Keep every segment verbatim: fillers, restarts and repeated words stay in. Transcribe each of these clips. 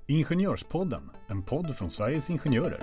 Ingenjörspodden, en podd från Sveriges ingenjörer.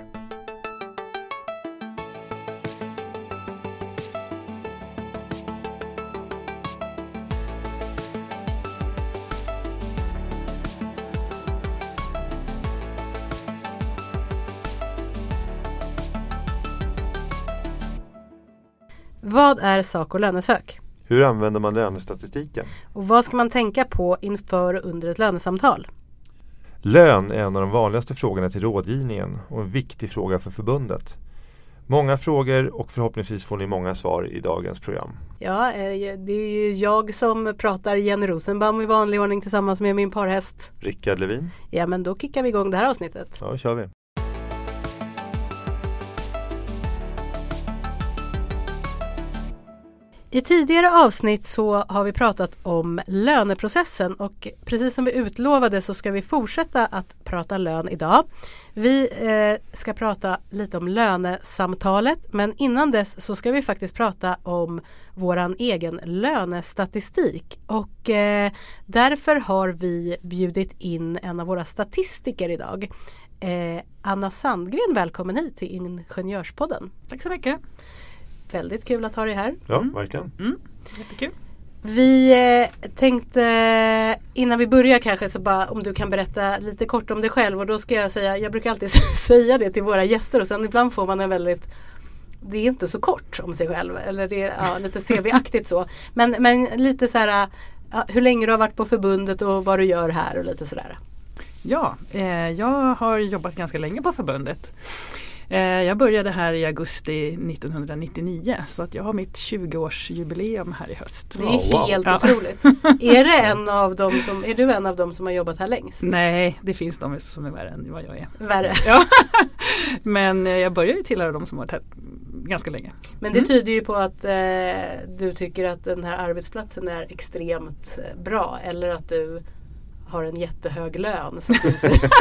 Vad är sak- och lönesök? Hur använder man lönestatistiken? Och vad ska man tänka på inför och under ett lönesamtal? Lön är en av de vanligaste frågorna till rådgivningen och en viktig fråga för förbundet. Många frågor och förhoppningsvis får ni många svar i dagens program. Ja, det är ju jag som pratar, Jenny Rosenbaum, i vanlig ordning tillsammans med min parhäst Rickard Levin. Ja, men då kickar vi igång det här avsnittet. Ja, kör vi. I tidigare avsnitt så har vi pratat om löneprocessen och precis som vi utlovade så ska vi fortsätta att prata lön idag. Vi eh, ska prata lite om lönesamtalet, men innan dess så ska vi faktiskt prata om våran egen lönestatistik och eh, därför har vi bjudit in en av våra statistiker idag. Eh, Anna Sandgren, välkommen hit till Ingenjörspodden. Tack så mycket. Väldigt kul att ha dig här. Ja, mm. verkligen. Mm. Jättekul. Vi eh, tänkte innan vi börjar kanske så bara om du kan berätta lite kort om dig själv, och då ska jag säga, jag brukar alltid säga det till våra gäster och sen ibland får man en väldigt, det är inte så kort om sig själv eller det är ja, lite C V-aktigt så, men, men lite så här ja, hur länge du har varit på förbundet och vad du gör här och lite sådär. Ja, eh, jag har jobbat ganska länge på förbundet. Jag började här i augusti nittonhundranittionio så att jag har mitt tjugoårsjubileum här i höst. Det är oh, wow. helt ja. otroligt. Är, det en av dem som, är du en av dem som har jobbat här längst? Nej, det finns de som är värre än vad jag är. Värre? Ja. Men jag börjar ju tillhöra de som har varit här ganska länge. Men det mm. tyder ju på att eh, du tycker att den här arbetsplatsen är extremt bra, eller att du har en jättehög lön så att du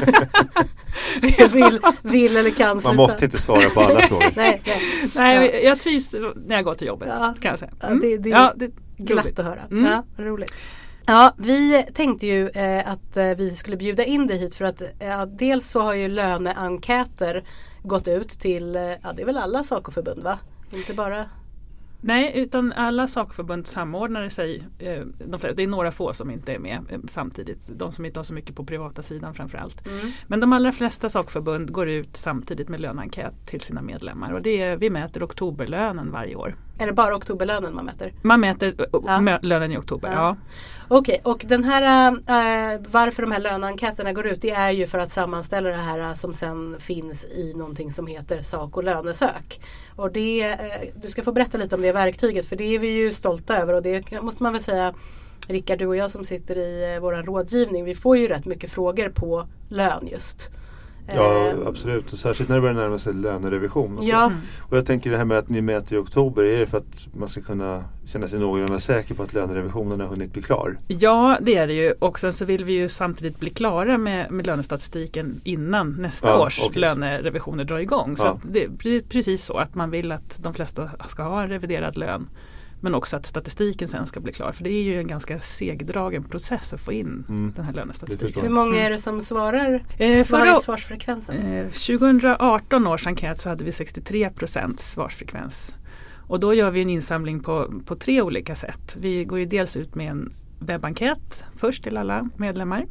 inte vill, vill eller kan sluta. Man måste inte svara på alla frågor. nej, nej. nej ja. Jag trivs när jag går till jobbet, ja. kan jag säga. Mm. Ja, det, det är ja, det är glatt roligt. att höra. Mm. Ja, roligt. Ja, vi tänkte ju eh, att eh, vi skulle bjuda in dig hit för att eh, dels så har ju löneenkäter gått ut till, eh, ja det är väl alla sakförbund va? Inte bara... Nej, utan alla sakförbund samordnar sig. Eh, de flesta, det är några få som inte är med eh, samtidigt. De som inte har så mycket på privata sidan framförallt. Mm. Men de allra flesta sakförbund går ut samtidigt med lönenkät till sina medlemmar. Och det är, vi mäter oktoberlönen varje år. Är det bara oktoberlönen man mäter? Man mäter ja. mö- lönen i oktober, ja. ja. Okej, okay, och den här, äh, varför de här löneenkäterna går ut, det är ju för att sammanställa det här äh, som sen finns i någonting som heter sak- och lönesök. Och det, äh, du ska få berätta lite om det verktyget, för det är vi ju stolta över och det måste man väl säga, Rickard, du och jag som sitter i äh, vår rådgivning, vi får ju rätt mycket frågor på lön just. Ja, absolut. Och särskilt när det börjar närma sig lönerevision. Och, ja. och jag tänker det här med att ni mäter i oktober, är det för att man ska kunna känna sig någorlunda säker på att lönerevisionen har hunnit bli klar? Ja, det är det ju. Och sen så vill vi ju samtidigt bli klara med, med lönestatistiken innan nästa ja, års okay. lönerevisioner drar igång. Så ja. att det är precis så att man vill att de flesta ska ha en reviderad lön. Men också att statistiken sen ska bli klar. För det är ju en ganska segdragen process att få in mm. den här lönestatistiken. Hur många är det som svarar? Eh, Vad är svarsfrekvensen? Eh, tjugoarton års enkät så hade vi sextiotre procent svarsfrekvens. Och då gör vi en insamling på, på tre olika sätt. Vi går ju dels ut med en webbenkät först till alla medlemmar.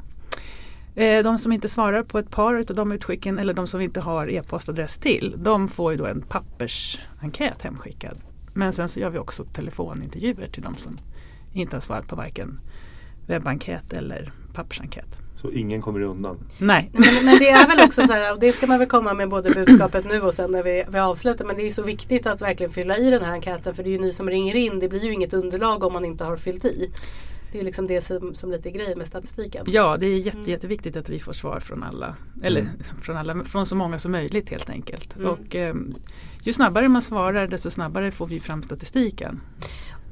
Eh, de som inte svarar på ett par av de utskicken eller de som inte har e-postadress till, de får ju då en pappersenkät hemskickad. Men sen så gör vi också telefonintervjuer till de som inte har svarat på varken webbenkät eller pappersenkät. Så ingen kommer undan? Nej. Men, men det är väl också så här, och det ska man väl komma med både budskapet nu och sen när vi, vi avslutar. Men det är så viktigt att verkligen fylla i den här enkäten, för det är ju ni som ringer in. Det blir ju inget underlag om man inte har fyllt i. Det är liksom det som, som lite grejer med statistiken. Ja, det är jätte, jätteviktigt att vi får svar från alla. Eller mm. från alla, från så många som möjligt helt enkelt. Mm. Och eh, ju snabbare man svarar desto snabbare får vi fram statistiken.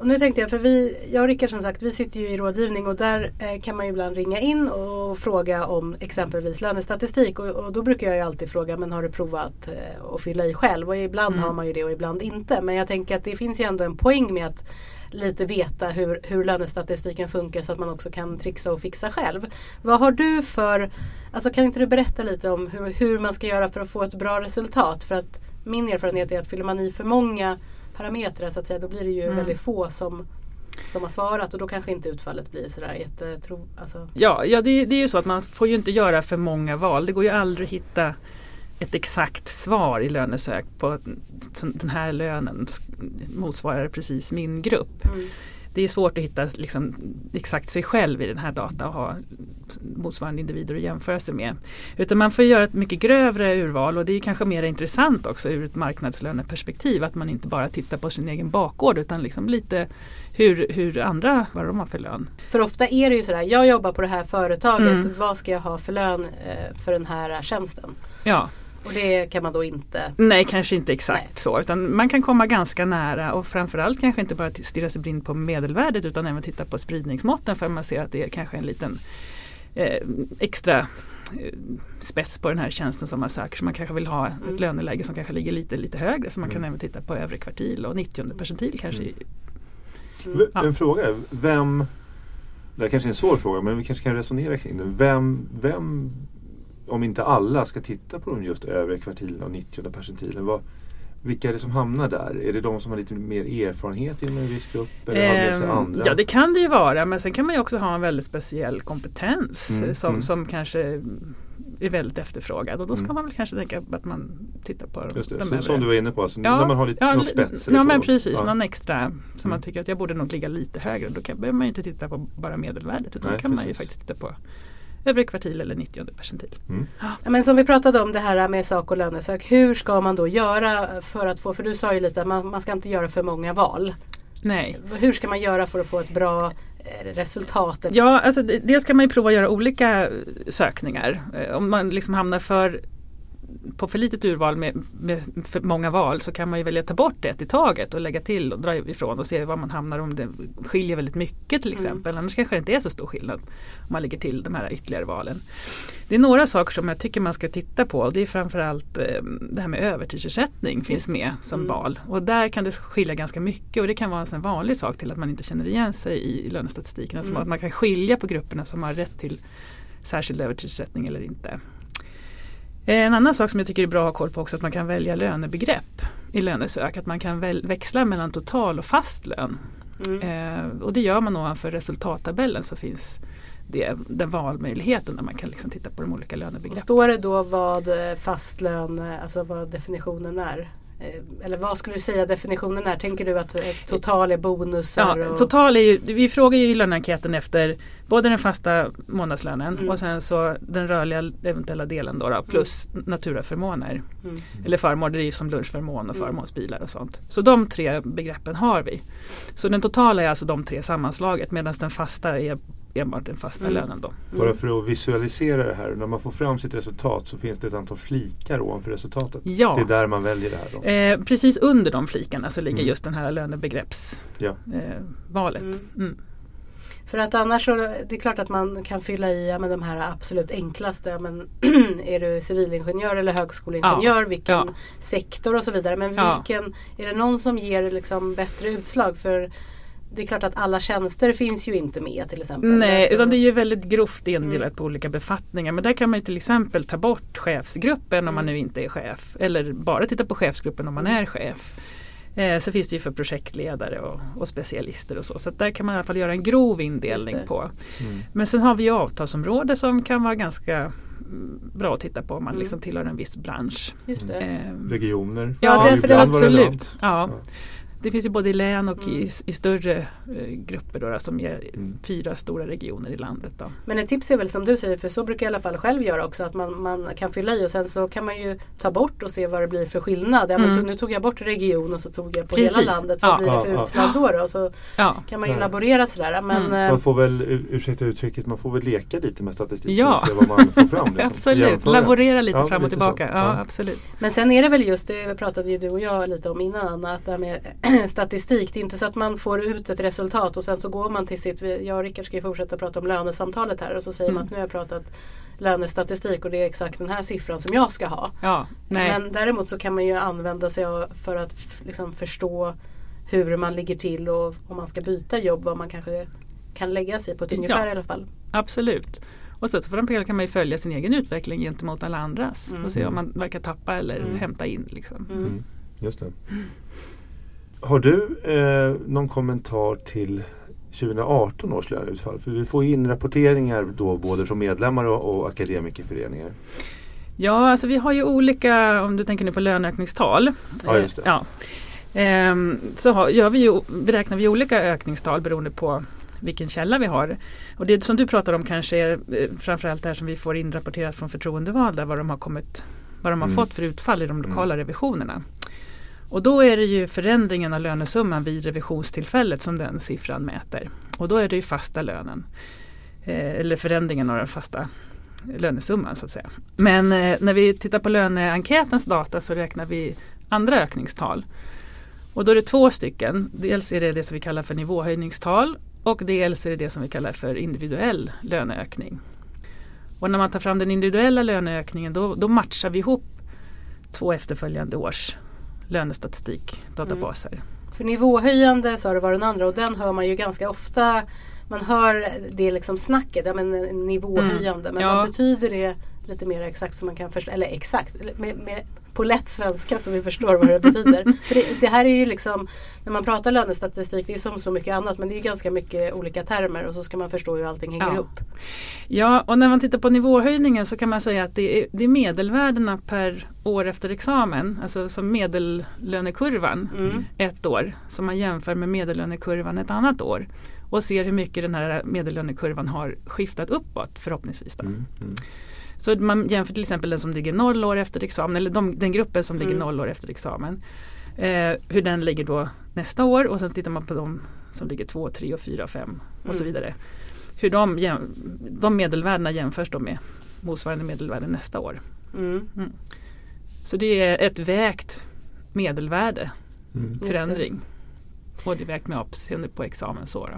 Och nu tänkte jag, för vi, jag och Rickard som sagt, vi sitter ju i rådgivning och där eh, kan man ju ibland ringa in och fråga om exempelvis lönestatistik och, och då brukar jag ju alltid fråga, men har du provat eh, att fylla i själv? Och ibland mm. har man ju det och ibland inte. Men jag tänker att det finns ju ändå en poäng med att lite veta hur, hur lönestatistiken funkar så att man också kan trixa och fixa själv. Vad har du för, alltså kan inte du berätta lite om hur, hur man ska göra för att få ett bra resultat? För att min erfarenhet är att fyller man i för många parametrar så att säga, då blir det ju mm. väldigt få som, som har svarat och då kanske inte utfallet blir sådär jättetro, alltså. Ja, ja det, det är ju så att man får ju inte göra för många val. Det går ju aldrig att hitta ett exakt svar i lönesök på den här lönen motsvarar precis min grupp. Mm. Det är svårt att hitta liksom, exakt sig själv i den här data och ha motsvarande individer att jämföra sig med. Utan man får göra ett mycket grövre urval och det är kanske mer intressant också ur ett marknadslöneperspektiv att man inte bara tittar på sin egen bakgård utan liksom lite hur, hur andra, vad de har för lön. För ofta är det ju sådär, jag jobbar på det här företaget, mm. vad ska jag ha för lön eh, för den här tjänsten? Ja. Och det kan man då inte... Nej, kanske inte exakt Nej. så. Utan man kan komma ganska nära och framförallt kanske inte bara stirra sig blind på medelvärdet utan även titta på spridningsmåtten för man ser att det är kanske en liten eh, extra eh, spets på den här tjänsten som man söker. Så man kanske vill ha mm. ett löneläge som kanske ligger lite, lite högre så man kan mm. även titta på övre kvartil och nittionde percentil kanske. Mm. Mm. Ja. En fråga, vem... Det här kanske är en svår fråga men vi kanske kan resonera kring det. Vem... vem om inte alla ska titta på de just övre kvartilen och nittionde percentilen, vad, vilka är det som hamnar där? Är det de som har lite mer erfarenhet inom en viss grupp? Eller har det sig andra? Ja, det kan det ju vara. Men sen kan man ju också ha en väldigt speciell kompetens mm, som, mm. som kanske är väldigt efterfrågad. Och då ska mm. man väl kanske tänka att man tittar på just det, de så, som du var inne på. Alltså, ja, när man har lite ja, någon spets. Ja, eller men så. precis. Ja. Någon extra som mm. man tycker att jag borde nog ligga lite högre. Då kan, behöver man ju inte titta på bara medelvärdet. Utan Nej, då kan precis. man ju faktiskt titta på övre kvartil eller nittionde percentil. Mm. Ja, men som vi pratade om det här med sak- och lönesök. Hur ska man då göra för att få, för du sa ju lite att man, man ska inte göra för många val. Nej. Hur ska man göra för att få ett bra resultat? Ja, alltså dels kan man ju prova att göra olika sökningar. Om man liksom hamnar för på för litet urval med, med för många val så kan man ju välja ta bort ett i taget och lägga till och dra ifrån och se var man hamnar om det skiljer väldigt mycket till exempel. Mm. Annars kanske det inte är så stor skillnad om man lägger till de här ytterligare valen. Det är några saker som jag tycker man ska titta på och det är framförallt eh, det här med övertidsersättning finns med som mm. val. Och där kan det skilja ganska mycket och det kan vara en sån vanlig sak till att man inte känner igen sig i lönestatistiken. Alltså mm. att man kan skilja på grupperna som har rätt till särskild övertidsersättning eller inte. En annan sak som jag tycker är bra att ha koll på också är att man kan välja lönebegrepp i lönesök. Att man kan väl växla mellan total och fast lön. Mm. Eh, och det gör man ovanför resultattabellen så finns det, den valmöjligheten där man kan liksom titta på de olika lönebegreppen. Och står det då vad fast lön, alltså vad definitionen är? Eller vad skulle du säga definitionen är? Tänker du att total är bonusar? Ja, och... total är ju, vi frågar ju i löneenkäten efter både den fasta månadslönen mm. och sen så den rörliga eventuella delen då, då plus mm. naturaförmåner. Mm. Eller förmåner, det är ju som lunchförmån och förmånsbilar och sånt. Så de tre begreppen har vi. Så den totala är alltså de tre sammanslaget medan den fasta är enbart den fasta mm. lönen då. Mm. Bara för att visualisera det här, när man får fram sitt resultat så finns det ett antal flikar ovanför resultatet. Ja. Det är där man väljer det här då. Eh, precis under de flikarna så ligger mm. just den här lönebegreppsvalet. Ja. Eh, mm. mm. För att annars så, det är klart att man kan fylla i ja, med de här absolut enklaste. Men är du civilingenjör eller högskoleingenjör, ja. vilken ja. sektor och så vidare. Men vilken, ja. är det någon som ger liksom bättre utslag? För det är klart att alla tjänster finns ju inte med till exempel. Nej, så... utan det är ju väldigt grovt indelat mm. på olika befattningar. Men där kan man ju till exempel ta bort chefsgruppen mm. om man nu inte är chef. Eller bara titta på chefsgruppen om man är chef. Eh, så finns det ju för projektledare och, och specialister och så. Så där kan man i alla fall göra en grov indelning på. Mm. Men sen har vi ju avtalsområde som kan vara ganska bra att titta på om man mm. liksom tillhör en viss bransch. Just det. Eh, Regioner. Ja, ja det, det absolut. Ja. Ja. Det finns ju både i län och mm. i, i större eh, grupper då, som ger mm. fyra stora regioner i landet. Då. Men ett tips är väl som du säger, för så brukar jag i alla fall själv göra också, att man, man kan fylla i och sen så kan man ju ta bort och se vad det blir för skillnad. Ja, men mm. nu tog jag bort region och så tog jag på Precis. hela landet, så ja. blir det för ja, utslag ja. då, då och så ja. kan man ju ja. laborera sådär. Men, mm. Man får väl, ursäkta uttrycket, man får väl leka lite med statistiken ja. och se vad man får fram. Liksom. Absolut, Jämföra. laborera lite ja, fram och lite tillbaka. Ja, ja. absolut. Men sen är det väl just, det pratade ju du och jag lite om innan Anna, att det här med statistik. Det är inte så att man får ut ett resultat och sen så går man till sitt, jag och Rickard ska ju fortsätta prata om lönesamtalet här och så säger mm. man att nu har jag pratat lönestatistik och det är exakt den här siffran som jag ska ha. Ja, nej. Men däremot så kan man ju använda sig av för att liksom förstå hur man ligger till och om man ska byta jobb, vad man kanske kan lägga sig på ett ungefär ja, i alla fall. Absolut. Och så för exempel kan man ju följa sin egen utveckling gentemot alla andras mm. och se om man verkar tappa eller mm. hämta in. Liksom. Mm. Mm. Just det. Har du eh, någon kommentar till tjugo arton års löneutfall? För vi får in rapporteringar då både från medlemmar och, och akademikerföreningar. Ja, alltså vi har ju olika, om du tänker nu på löneökningstal. Ja, just det. Eh, ja. Ehm, så har, gör vi ju, beräknar vi olika ökningstal beroende på vilken källa vi har. Och det som du pratar om kanske är eh, framförallt det här som vi får inrapporterat från förtroendevalda, vad de har kommit, vad de har mm. fått för utfall i de lokala mm. revisionerna. Och då är det ju förändringen av lönesumman vid revisionstillfället som den siffran mäter. Och då är det ju fasta lönen. Eh, eller förändringen av den fasta lönesumman så att säga. Men eh, när vi tittar på löneanketens data så räknar vi andra ökningstal. Och då är det två stycken. Dels är det det som vi kallar för nivåhöjningstal och dels är det det som vi kallar för individuell löneökning. Och när man tar fram den individuella löneökningen då, då matchar vi ihop två efterföljande års lönestatistik, databaser. Mm. För nivåhöjande så har det varit den andra och den hör man ju ganska ofta. Man hör det liksom snacket, ja men nivåhöjande. Mm. Men ja. vad betyder det lite mer exakt som man kan förstå, eller exakt, med, med, på lätt svenska så vi förstår vad det betyder. För det, det här är ju liksom, när man pratar lönestatistik, det är som så mycket annat men det är ju ganska mycket olika termer och så ska man förstå hur allting hänger ja. ihop. Ja, och när man tittar på nivåhöjningen så kan man säga att det är, det är medelvärdena per år efter examen, alltså som medellönekurvan mm. ett år, som man jämför med medellönekurvan ett annat år och ser hur mycket den här medellönekurvan har skiftat uppåt förhoppningsvis då. Mm. Mm. Så man jämför till exempel den som ligger noll år efter examen eller de, den gruppen som ligger mm. noll år efter examen. Eh, hur den ligger då nästa år och sen tittar man på de som ligger två, tre och fyra och fem och mm. så vidare. Hur de, jäm, de medelvärdena jämförs då med motsvarande medelvärde nästa år. Mm. Mm. Så det är ett vägt medelvärde mm. förändring. Och det är vägt med avseende på examensår.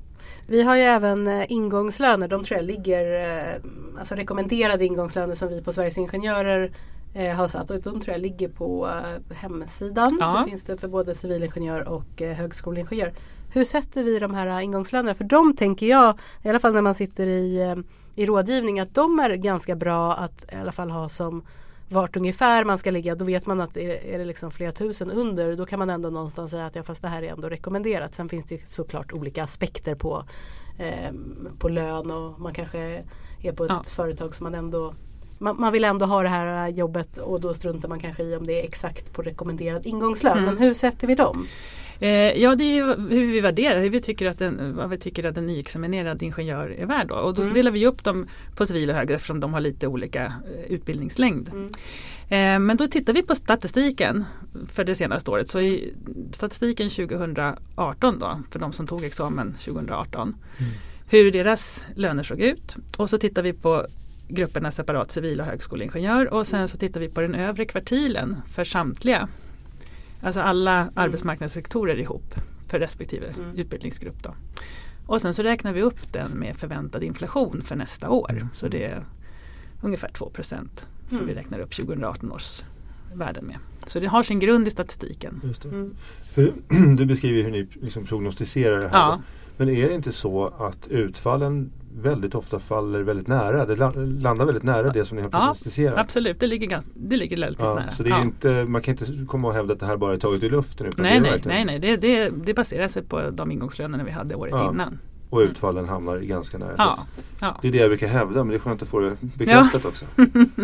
Vi har ju även eh, ingångslöner, de tror jag ligger, eh, alltså rekommenderade ingångslöner som vi på Sveriges Ingenjörer eh, har satt och de tror jag ligger på eh, hemsidan. Ja. Det finns det för både civilingenjör och eh, högskoleingenjör. Hur sätter vi de här ingångslönerna? För de tänker jag, i alla fall när man sitter i, eh, i rådgivning, att de är ganska bra att i alla fall ha som vart ungefär man ska ligga. Då vet man att är, är det liksom flera tusen under, då kan man ändå någonstans säga att ja, fast det här är ändå rekommenderat. Sen finns det såklart olika aspekter på, eh, på lön och man kanske är på ett ja. företag som man ändå man, man vill ändå ha det här jobbet och då struntar man kanske i om det är exakt på rekommenderad ingångslön. Mm. Men hur sätter vi dem? Eh, ja, det är ju hur vi värderar, hur vi tycker att en, vad vi tycker att en nyexaminerad ingenjör är värd då. Och då mm. delar vi upp dem på civil och hög eftersom de har lite olika eh, utbildningslängd. Mm. Eh, men då tittar vi på statistiken för det senaste året. Så i statistiken tjugo arton då, för de som tog examen tjugo arton, mm. hur deras löner såg ut. Och så tittar vi på grupperna separat civil och högskoleingenjör och sen så tittar vi på den övre kvartilen för samtliga. Alltså alla mm. arbetsmarknadssektorer ihop för respektive mm. utbildningsgrupp då. Och sen så räknar vi upp den med förväntad inflation för nästa år. Mm. Så det är ungefär två procent som mm. vi räknar upp tjugo arton års värden med. Så det har sin grund i statistiken. Just det. Mm. För du beskriver hur ni liksom prognostiserar det här. Ja. Men är det inte så att utfallen väldigt ofta faller väldigt nära? Det landar väldigt nära det som ni har prognostiserat. Ja, absolut. Det ligger, ganska, det ligger väldigt ja, nära. Så det är ja. inte, man kan inte komma och hävda att det här bara är taget i luften. Nej, nej, nej, nej. Det, det, det baserar sig på de ingångslönerna vi hade året ja. innan. Och utfallen mm. hamnar ganska nära. Ja. Ja. Det är det jag brukar hävda, men det är skönt att få det bekräftat ja. också.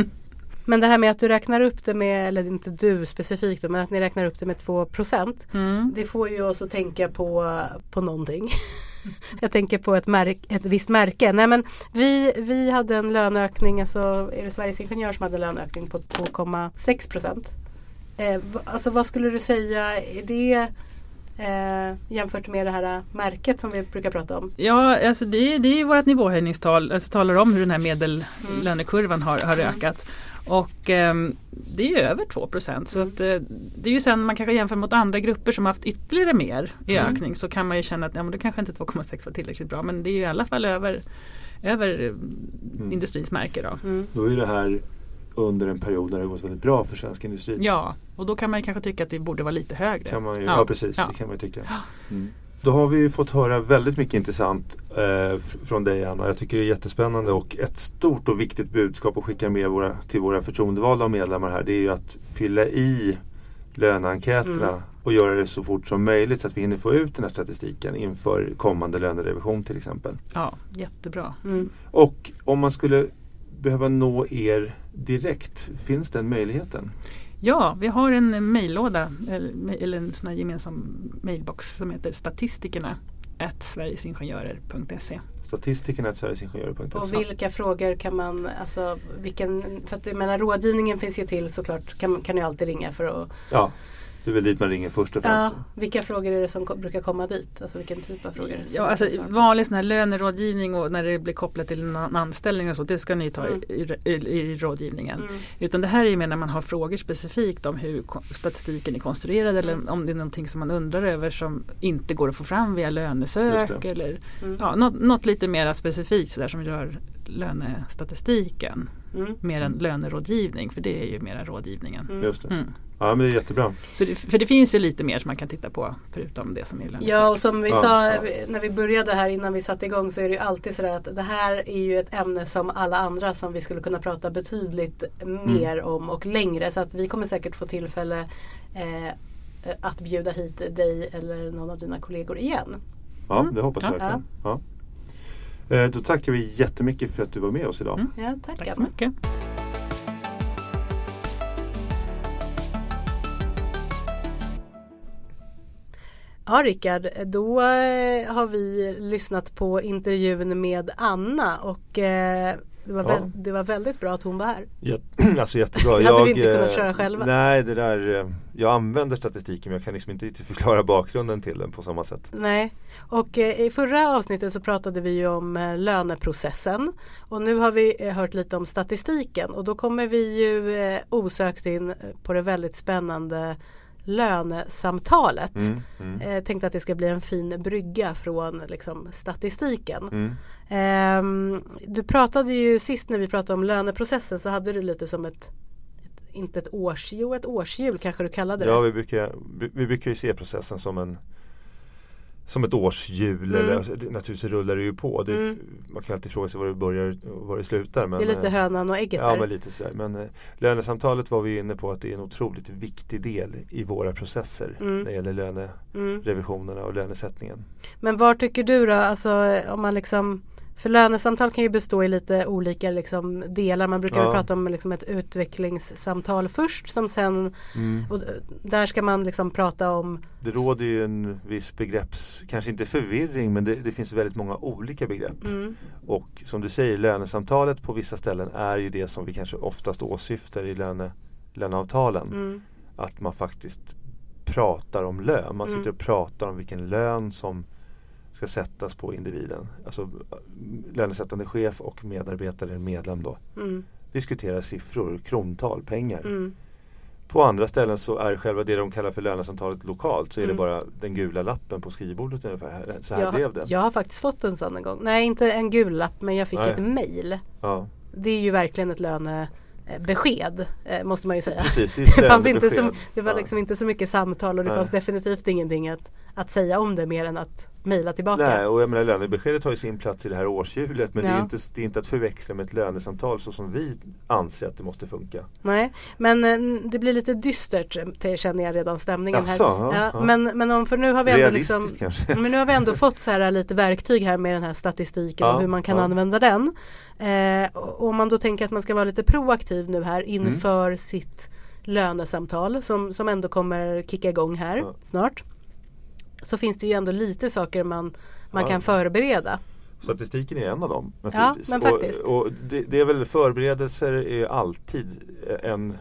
Men det här med att du räknar upp det med, eller inte du specifikt, men att ni räknar upp det med två procent. Mm. Det får ju oss att tänka på, på någonting. Jag tänker på ett, märk, ett visst märke. Nej, men vi, vi hade en löneökning, alltså är det Sveriges Ingenjörer som hade en löneökning på två komma sex procent. Eh, alltså vad skulle du säga, är det Eh, jämfört med det här märket som vi brukar prata om? Ja, alltså det, det är ju vårt nivåhöjningstal, alltså talar om hur den här medellönekurvan har, har ökat. Och eh, det är ju över två procent. Så att, eh, det är ju sen man kanske jämför mot andra grupper som har haft ytterligare mer i mm. ökning, så kan man ju känna att ja, men det kanske inte två komma sex var tillräckligt bra, men det är ju i alla fall över, över mm. industrins märke då. Mm. Då är det här under en period när det gått väldigt bra för svensk industri. Ja, och då kan man ju kanske tycka att det borde vara lite högre. Kan man ju, ja. ja, precis. Ja. Det kan man ju tycka. Mm. Då har vi ju fått höra väldigt mycket intressant eh, från dig, Anna. Jag tycker det är jättespännande, och ett stort och viktigt budskap att skicka med våra, till våra förtroendevalda och medlemmar här, det är ju att fylla i löneenkäterna mm. och göra det så fort som möjligt så att vi hinner få ut den här statistiken inför kommande lönerevision till exempel. Ja, jättebra. Mm. Och om man skulle behöva nå er direkt, finns den möjligheten? Ja, vi har en mejllåda eller, eller en sån här gemensam mailbox som heter statistikerna at sverigesingenjörer punkt se. Statistikerna at sverigesingenjörer punkt se. Och vilka frågor kan man, alltså vilken, för att jag menar rådgivningen finns ju till såklart, kan, kan ju alltid ringa för att... Ja. Det är väl dit man ringer först och främst. Ja, vilka frågor är det som ko- brukar komma dit? Alltså vilken typ av frågor? Ja, alltså vanlig sån här lönerådgivning och när det blir kopplat till en anställning och så, det ska ni ta mm. i, i, i rådgivningen. Mm. Utan det här är ju mer när man har frågor specifikt om hur statistiken är konstruerad mm. eller om det är någonting som man undrar över som inte går att få fram via lönesök eller mm. ja, något, något lite mer specifikt så där som rör lönestatistiken. Mm. Mer än lönerådgivning, för det är ju mera rådgivningen. Mm. Just det. Mm. Ja, men det är jättebra. Så det, för det finns ju lite mer som man kan titta på förutom det som är lönesök. Ja, och som vi ja, sa ja. när vi började här innan vi satte igång, så är det ju alltid sådär att det här är ju ett ämne som alla andra som vi skulle kunna prata betydligt mer mm. om och längre. Så att vi kommer säkert få tillfälle eh, att bjuda hit dig eller någon av dina kollegor igen. Ja, det hoppas jag ja. verkligen. Ja. Eh, då tackar vi jättemycket för att du var med oss idag. Mm. Ja, tack, tack så mycket. Ja, Rickard, då har vi lyssnat på intervjun med Anna och eh, det, var ja. vä- det var väldigt bra att hon var här. Ja, alltså jättebra. Det hade jag, vi inte kunnat köra själva. Nej, det där, jag använder statistiken men jag kan liksom inte riktigt förklara bakgrunden till den på samma sätt. Nej, och eh, i förra avsnittet så pratade vi ju om eh, löneprocessen och nu har vi eh, hört lite om statistiken och då kommer vi ju eh, osökt in på det väldigt spännande lönesamtalet. Mm, mm. Eh, tänkte att det ska bli en fin brygga från liksom, statistiken. Mm. Eh, du pratade ju sist när vi pratade om löneprocessen så hade du lite som ett, ett inte ett års, jo ett årshjul kanske du kallade det. Ja, vi brukar, vi brukar ju se processen som en som ett årshjul. Mm. Eller, naturligtvis rullar det ju på. Det, mm. Man kan alltid fråga sig var det börjar och var det slutar. Men, det är lite hönan och ägget ja, där. Men lite sådär. Men eh, lönesamtalet var vi inne på att det är en otroligt viktig del i våra processer mm. när det gäller lönerevisionerna mm. och lönesättningen. Men var tycker du då, alltså om man liksom, för lönesamtal kan ju bestå i lite olika liksom, delar. Man brukar ja. prata om liksom, ett utvecklingssamtal först som sen, mm. och där ska man liksom prata om. Det råder ju en viss begrepps, kanske inte förvirring, men det, det finns väldigt många olika begrepp. Mm. Och som du säger, lönesamtalet på vissa ställen är ju det som vi kanske oftast åsyftar i löne, löneavtalen. Mm. Att man faktiskt pratar om lön. Man sitter mm. och pratar om vilken lön som ska sättas på individen. Alltså lönesättande chef och medarbetare, medlem då. Mm. Diskuterar siffror, krontal, pengar. Mm. På andra ställen så är själva det de kallar för lönesamtalet lokalt, så är mm. det bara den gula lappen på skrivbordet ungefär. Så här jag, blev det. Jag har faktiskt fått en sån en gång. Nej, inte en gul lapp, men jag fick Nej. ett mejl. Ja. Det är ju verkligen ett löne besked måste man ju säga. Precis, det, det, fanns inte så, det var ja. liksom inte så mycket samtal och det Nej. fanns definitivt ingenting att, att säga om det mer än att mejla tillbaka. Nej, och jag menar lönebeskedet har ju sin plats i det här årshjulet, men ja. det, är inte, det är inte att förväxla med ett lönesamtal så som vi anser att det måste funka. Nej, men det blir lite dystert, känner jag redan stämningen Asså, här. Ja, ja, ja. Men, men om, för nu har vi ändå liksom, kanske. men nu har vi ändå fått så här lite verktyg här med den här statistiken ja, och hur man kan ja. använda den. Eh, och om man då tänker att man ska vara lite proaktiv nu här inför mm. sitt lönesamtal som, som ändå kommer kicka igång här ja. snart, så finns det ju ändå lite saker man, man ja. kan förbereda. Statistiken är en av dem naturligtvis. Ja, men faktiskt. Och, och det, det är väl förberedelser är alltid en,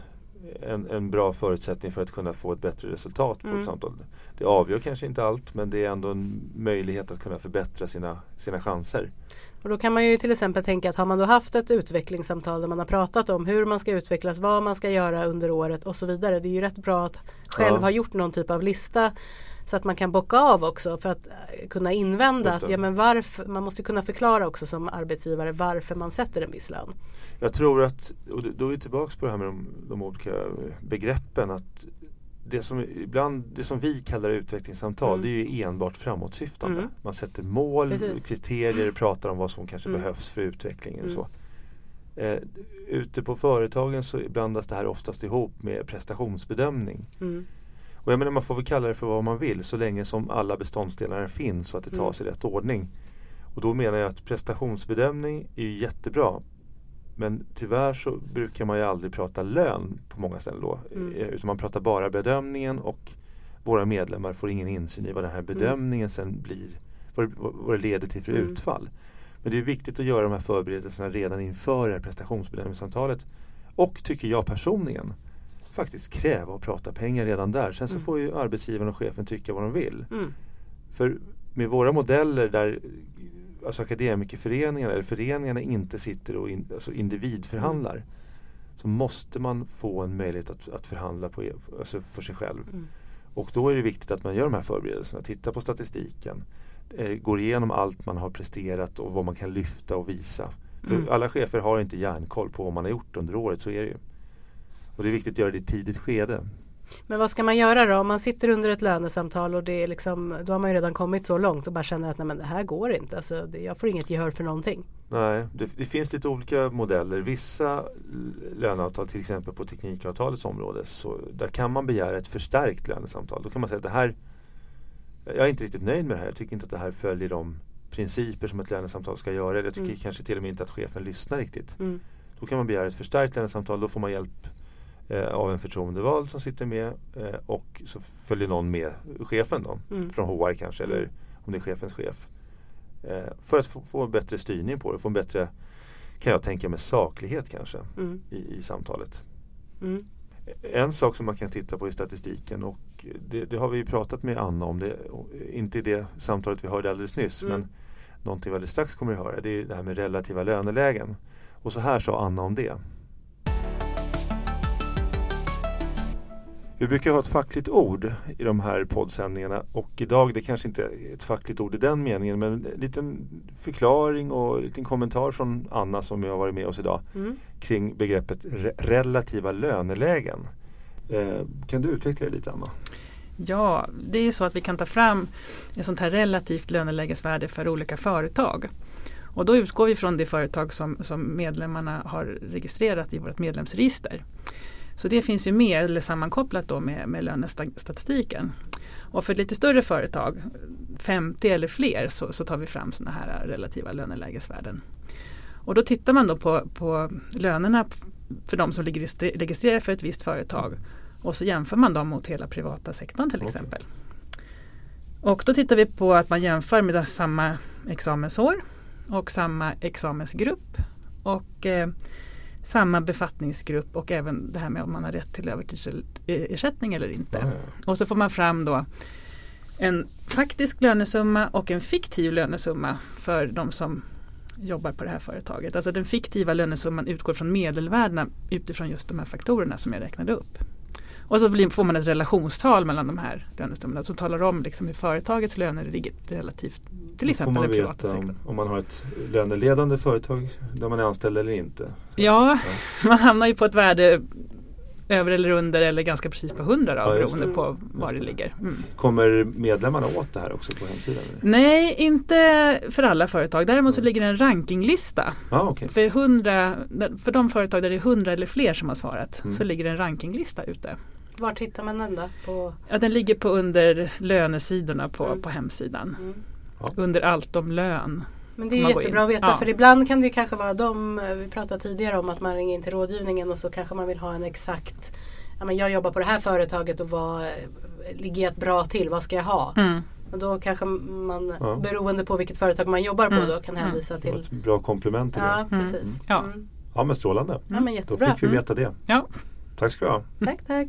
en, en bra förutsättning för att kunna få ett bättre resultat på Mm. ett samtal. Det avgör kanske inte allt, men det är ändå en möjlighet att kunna förbättra sina, sina chanser. Och då kan man ju till exempel tänka att har man då haft ett utvecklingssamtal där man har pratat om hur man ska utvecklas, vad man ska göra under året och så vidare. Det är ju rätt bra att själv Ja. ha gjort någon typ av lista så att man kan bocka av också för att kunna invända Just det. att ja, men varför, man måste kunna förklara också som arbetsgivare varför man sätter en viss lön. Jag tror att, och då är vi tillbaka på det här med de, de olika begreppen, att det som, ibland, det som vi kallar utvecklingssamtal, Mm. det är ju enbart framåtsyftande. Mm. Man sätter mål, Precis. kriterier, pratar om vad som kanske Mm. behövs för utvecklingen. Mm. Så. Eh, ute på företagen så blandas det här oftast ihop med prestationsbedömning. Mm. Och jag menar, man får väl kalla det för vad man vill så länge som alla beståndsdelar finns så att det tas Mm. i rätt ordning. Och då menar jag att prestationsbedömning är ju jättebra. Men tyvärr så brukar man ju aldrig prata lön på många ställen då. Mm. Eh, Utan man pratar bara bedömningen och våra medlemmar får ingen insyn i vad den här bedömningen sen blir. Vad det, vad det leder till för Mm. utfall. Men det är viktigt att göra de här förberedelserna redan inför det här prestationsbedömningssamtalet. Och tycker jag personligen faktiskt kräva och prata pengar redan där. Sen så Mm. får ju arbetsgivaren och chefen tycka vad de vill. Mm. För med våra modeller där alltså akademikerföreningarna eller föreningarna inte sitter och in, alltså individförhandlar Mm. så måste man få en möjlighet att, att förhandla på, alltså för sig själv. Mm. Och då är det viktigt att man gör de här förberedelserna. Titta på statistiken. Eh, går igenom allt man har presterat och vad man kan lyfta och visa. För Mm. alla chefer har inte järnkoll på vad man har gjort under året, så är det ju. Och det är viktigt att göra det i tidigt skede. Men vad ska man göra då? Om man sitter under ett lönesamtal och det är liksom, då har man ju redan kommit så långt och bara känner att nej, men det här går inte. Alltså, det, jag får inget gehör för någonting. Nej, det, det finns lite olika modeller. Vissa l- löneavtal, till exempel på teknikavtalets område, så där kan man begära ett förstärkt lönesamtal. Då kan man säga att det här, jag är inte riktigt nöjd med det här. Jag tycker inte att det här följer de principer som ett lönesamtal ska göra. Jag tycker Mm. kanske till och med inte att chefen lyssnar riktigt. Mm. Då kan man begära ett förstärkt lönesamtal. Då får man hjälp eh, av en förtroendevald som sitter med eh, och så följer någon med chefen då. Mm. Från H R kanske, eller om det är chefens chef. Eh, för att få, få en bättre styrning på det. Få en bättre, kan jag tänka mig, saklighet kanske Mm. i, i samtalet. Mm. En sak som man kan titta på i statistiken, och det, det har vi ju pratat med Anna om, det, inte i det samtalet vi hörde alldeles nyss, Mm. men någonting vi alldeles strax kommer att höra, det är det här med relativa lönelägen. Och så här sa Anna om det. Vi brukar ha ett fackligt ord i de här poddsändningarna, och idag, det kanske inte är ett fackligt ord i den meningen, men en liten förklaring och en liten kommentar från Anna som har varit med oss idag Mm. kring begreppet re- relativa lönelägen. Eh, kan du utveckla det lite, Anna? Ja, det är ju så att vi kan ta fram ett sånt här relativt lönelägesvärde för olika företag. Och då utgår vi från det företag som, som medlemmarna har registrerat i vårt medlemsregister. Så det finns ju med eller sammankopplat då med, med lönestatistiken. Och för lite större företag, femtio eller fler, så, så tar vi fram såna här relativa lönelägesvärden. Och då tittar man då på, på lönerna för de som ligger registrerar för ett visst företag. Och så jämför man dem mot hela privata sektorn till exempel. Okay. Och då tittar vi på att man jämför med samma examensår och samma examensgrupp och eh, samma befattningsgrupp och även det här med om man har rätt till övertidsersättning eller inte. Mm. Och så får man fram då en faktisk lönesumma och en fiktiv lönesumma för de som jobbar på det här företaget. Alltså den fiktiva lönesumman utgår från medelvärdena utifrån just de här faktorerna som jag räknade upp. Och så blir, får man ett relationstal mellan de här lönesummorna som talar om liksom hur företagets löner ligger relativt till exempel den privata sektorn. Om, om man har ett löneledande företag där man är anställd eller inte. Ja, ja. Man hamnar ju på ett värde över eller under eller ganska precis på hundra då, ja, beroende det. på var det, det ligger. Mm. Kommer medlemmarna åt det här också på hemsidan? Eller? Nej, inte för alla företag. Däremot så ligger det en rankinglista. Ah, okay. för, hundra, för de företag där det är hundra eller fler som har svarat mm. så ligger det en rankinglista ute. Vart hittar man den då? På... Ja, den ligger på under lönesidorna på, mm. på hemsidan. Mm. Ja. Under allt om lön. Men det är jättebra att veta, ja. För ibland kan det ju kanske vara de, vi pratade tidigare om att man ringer in till rådgivningen och så kanske man vill ha en exakt, ja men jag jobbar på det här företaget och vad ligger jag bra till, vad ska jag ha? Mm. Och då kanske man, ja. beroende på vilket företag man jobbar på, mm. då kan hänvisa till. Ett bra komplement till ja, det. Precis. Mm. Mm. Ja, men strålande. Ja, men jättebra. Då fick vi veta det. Ja. Tack ska du ha. Tack, tack.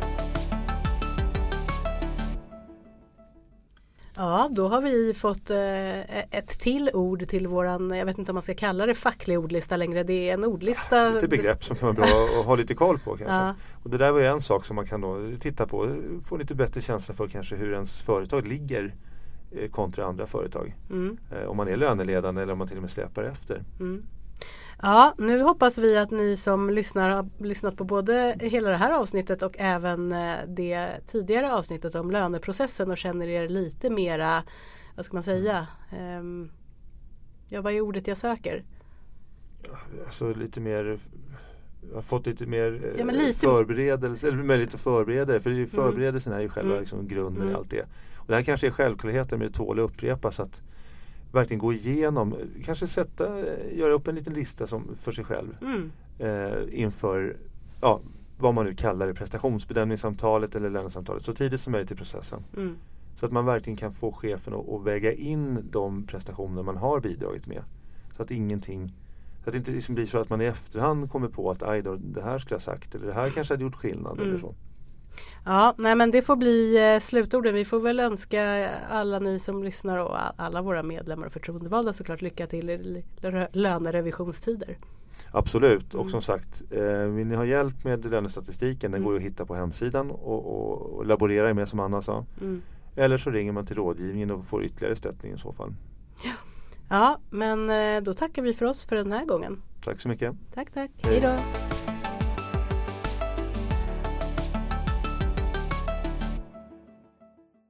Ja, då har vi fått eh, ett till ord till våran, jag vet inte om man ska kalla det facklig ordlista längre, det är en ordlista. Lite begrepp som kan vara bra att ha lite koll på kanske. Ja. Och det där var ju en sak som man kan då titta på, få lite bättre känsla för kanske hur ens företag ligger eh, kontra andra företag. Mm. Eh, om man är löneledande eller om man till och med släpar efter. Mm. Ja, nu hoppas vi att ni som lyssnar har lyssnat på både hela det här avsnittet och även det tidigare avsnittet om löneprocessen och känner er lite mera, vad ska man säga, um, ja, vad är ordet jag söker? Alltså lite mer, jag har fått lite mer ja, lite... förberedelse, eller möjlighet att förbereda det, för förberedelsen är ju själva mm. liksom grunden mm. i allt det. Och det här kanske är självklarheten, men det tål att upprepas, att verkligen gå igenom, kanske sätta, göra upp en liten lista som för sig själv mm. eh, inför, ja, vad man nu kallar det, prestationsbedömningssamtalet eller lönesamtalet, så tidigt som möjligt i processen. Mm. Så att man verkligen kan få chefen att, att väga in de prestationer man har bidragit med. Så att ingenting, så att det inte liksom blir så att man i efterhand kommer på att aj då, det här skulle jag ha sagt, eller det här kanske hade gjort skillnad mm. eller så. Ja, nej, men det får bli eh, slutorden. Vi får väl önska alla ni som lyssnar och alla våra medlemmar och förtroendevalda såklart lycka till i lönerevisionstider. Absolut, mm. och som sagt, eh, vill ni ha hjälp med lönestatistiken, den mm. går ju att hitta på hemsidan och, och, och laborera med, som Anna sa. Mm. Eller så ringer man till rådgivningen och får ytterligare stöttning i så fall. Ja, ja, men eh, då tackar vi för oss för den här gången. Tack så mycket. Tack, tack. Hej. Hej då.